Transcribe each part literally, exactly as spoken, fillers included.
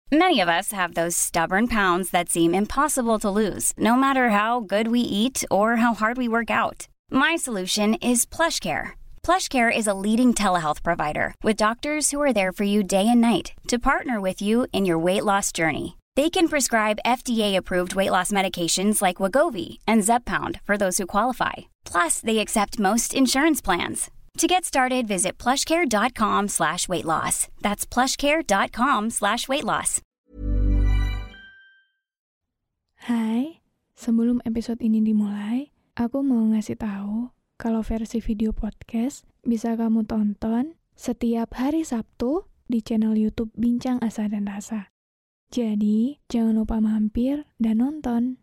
Many of us have those stubborn pounds that seem impossible to lose, no matter how good we eat or how hard we work out. My solution is PlushCare. PlushCare is a leading telehealth provider with doctors who are there for you day and night to partner with you in your weight loss journey. They can prescribe F D A-approved weight loss medications like Wegovy and Zepbound for those who qualify. Plus, they accept most insurance plans. To get started, visit plushcare.com slash weight loss. That's plushcare.com slash weight loss. Hai, sebelum episode ini dimulai, aku mau ngasih tahu kalau versi video podcast bisa kamu tonton setiap hari Sabtu di channel YouTube Bincang Asa dan Rasa. Jadi, jangan lupa mampir dan nonton.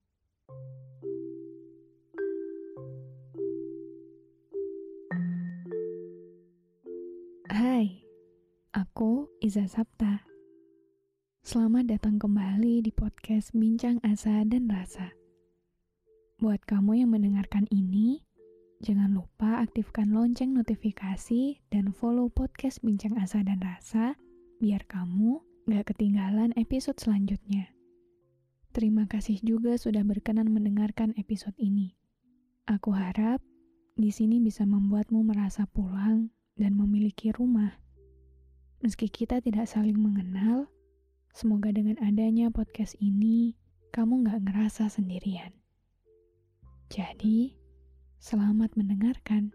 Hai, aku Iza Sapta. Selamat datang kembali di podcast Bincang Asa dan Rasa. Buat kamu yang mendengarkan ini, jangan lupa aktifkan lonceng notifikasi dan follow podcast Bincang Asa dan Rasa biar kamu gak ketinggalan episode selanjutnya. Terima kasih juga sudah berkenan mendengarkan episode ini. Aku harap di sini bisa membuatmu merasa pulang dan memiliki rumah. Meski kita tidak saling mengenal, semoga dengan adanya podcast ini, kamu gak ngerasa sendirian. Jadi, selamat mendengarkan.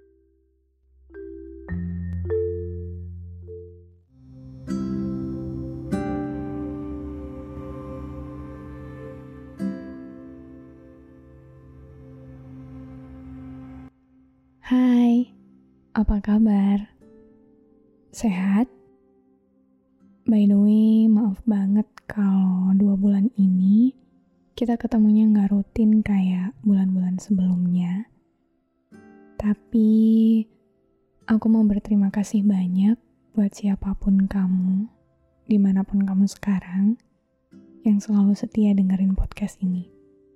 Hai, apa kabar? Sehat? By the way, maaf banget kalau dua bulan ini kita ketemunya nggak rutin kayak bulan-bulan sebelumnya. Tapi aku mau berterima kasih banyak buat siapapun kamu, dimanapun kamu sekarang, yang selalu setia dengerin podcast ini.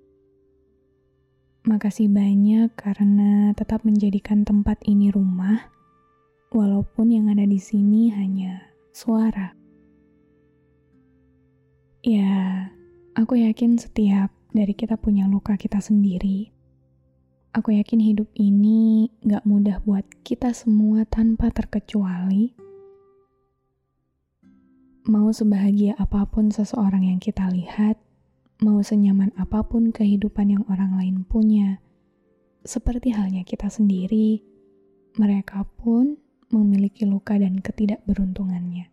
Makasih banyak karena tetap menjadikan tempat ini rumah, walaupun yang ada di sini hanya suara. Ya, aku yakin setiap dari kita punya luka kita sendiri. Aku yakin hidup ini gak mudah buat kita semua tanpa terkecuali. Mau sebahagia apapun seseorang yang kita lihat, mau senyaman apapun kehidupan yang orang lain punya, seperti halnya kita sendiri, mereka pun memiliki luka dan ketidakberuntungannya.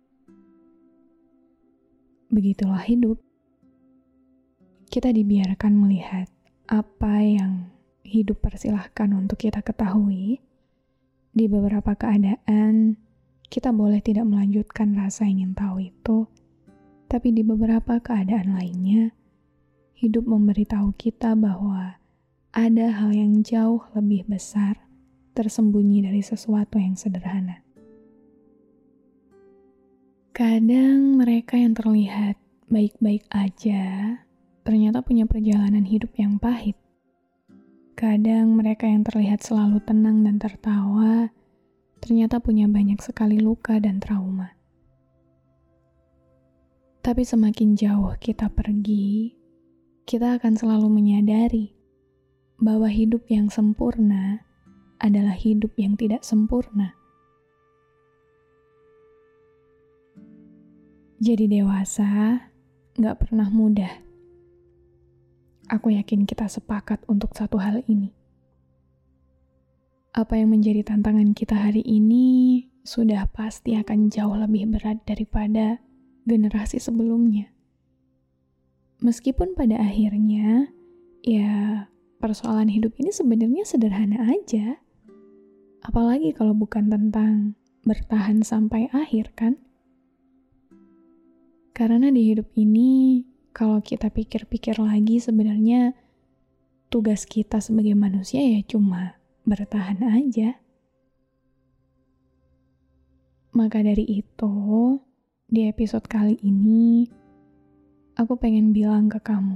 Begitulah hidup. Kita dibiarkan melihat apa yang hidup persilahkan untuk kita ketahui. Di beberapa keadaan, kita boleh tidak melanjutkan rasa ingin tahu itu, tapi di beberapa keadaan lainnya, hidup memberitahu kita bahwa ada hal yang jauh lebih besar tersembunyi dari sesuatu yang sederhana. Kadang mereka yang terlihat baik-baik aja, ternyata punya perjalanan hidup yang pahit. Kadang mereka yang terlihat selalu tenang dan tertawa, ternyata punya banyak sekali luka dan trauma. Tapi semakin jauh kita pergi, kita akan selalu menyadari bahwa hidup yang sempurna adalah hidup yang tidak sempurna. Jadi dewasa gak pernah mudah. Aku yakin kita sepakat untuk satu hal ini. Apa yang menjadi tantangan kita hari ini sudah pasti akan jauh lebih berat daripada generasi sebelumnya. Meskipun pada akhirnya, ya persoalan hidup ini sebenarnya sederhana aja. Apalagi kalau bukan tentang bertahan sampai akhir, kan? Karena di hidup ini, kalau kita pikir-pikir lagi sebenarnya tugas kita sebagai manusia ya cuma bertahan aja. Maka dari itu, di episode kali ini, aku pengen bilang ke kamu.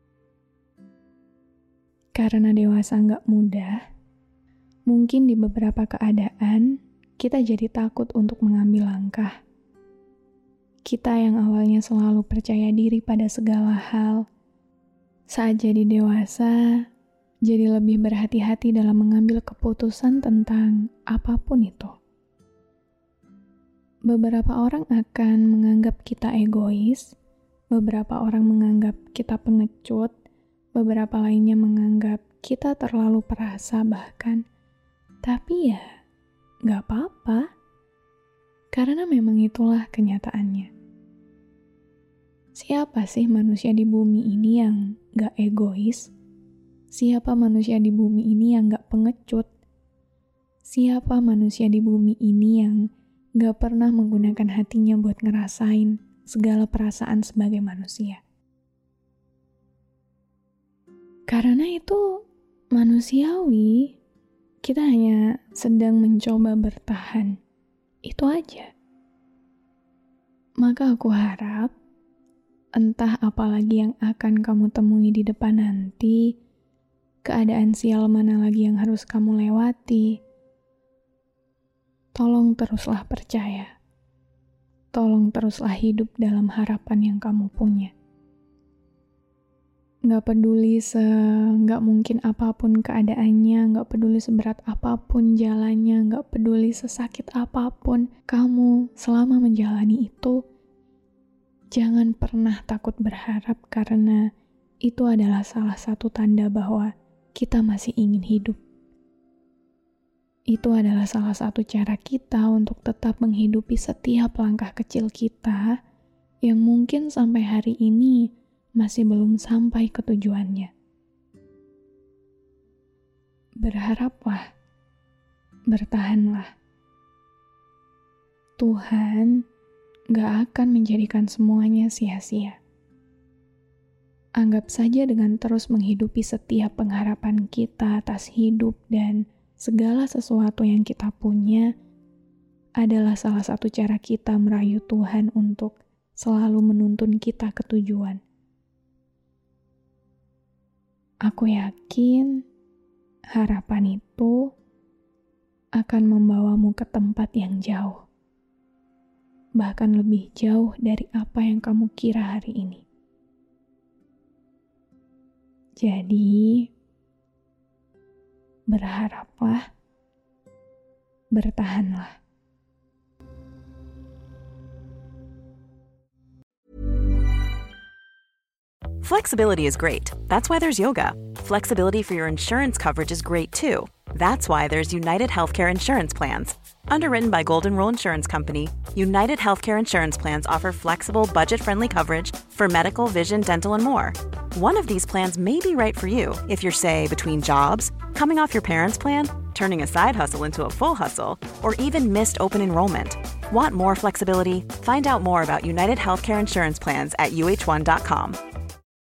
Karena dewasa gak mudah, mungkin di beberapa keadaan, kita jadi takut untuk mengambil langkah. kita yang awalnya selalu percaya diri pada segala hal, saat jadi dewasa, jadi lebih berhati-hati dalam mengambil keputusan tentang apapun itu. Beberapa orang akan menganggap kita egois, beberapa orang menganggap kita pengecut, beberapa lainnya menganggap kita terlalu perasa bahkan. Tapi ya, gak apa-apa. Karena memang itulah kenyataannya. Siapa sih manusia di bumi ini yang gak egois? Siapa manusia di bumi ini yang gak pengecut? Siapa manusia di bumi ini yang gak pernah menggunakan hatinya buat ngerasain segala perasaan sebagai manusia? Karena itu manusiawi, kita hanya sedang mencoba bertahan. Itu aja. Maka aku harap, entah apa lagi yang akan kamu temui di depan nanti, keadaan sial mana lagi yang harus kamu lewati, tolong teruslah percaya. Tolong teruslah hidup dalam harapan yang kamu punya. Gak peduli se gak mungkin apapun keadaannya, gak peduli seberat apapun jalannya, gak peduli sesakit apapun kamu selama menjalani itu, jangan pernah takut berharap karena itu adalah salah satu tanda bahwa kita masih ingin hidup. Itu adalah salah satu cara kita untuk tetap menghidupi setiap langkah kecil kita yang mungkin sampai hari ini masih belum sampai ke tujuannya. Berharaplah, bertahanlah. Tuhan gak akan menjadikan semuanya sia-sia. Anggap saja dengan terus menghidupi setiap pengharapan kita atas hidup dan segala sesuatu yang kita punya adalah salah satu cara kita merayu Tuhan untuk selalu menuntun kita ke tujuan. Aku yakin harapan itu akan membawamu ke tempat yang jauh. Bahkan lebih jauh dari apa yang kamu kira hari ini. Jadi, berharaplah, bertahanlah. Flexibility is great. That's why there's yoga. Flexibility for your insurance coverage is great too. That's why there's United Healthcare Insurance Plans. Underwritten by Golden Rule Insurance Company, United Healthcare Insurance Plans offer flexible, budget-friendly coverage for medical, vision, dental, and more. One of these plans may be right for you if you're, say, between jobs, coming off your parents' plan, turning a side hustle into a full hustle, or even missed open enrollment. Want more flexibility? Find out more about United Healthcare Insurance Plans at U H one dot com.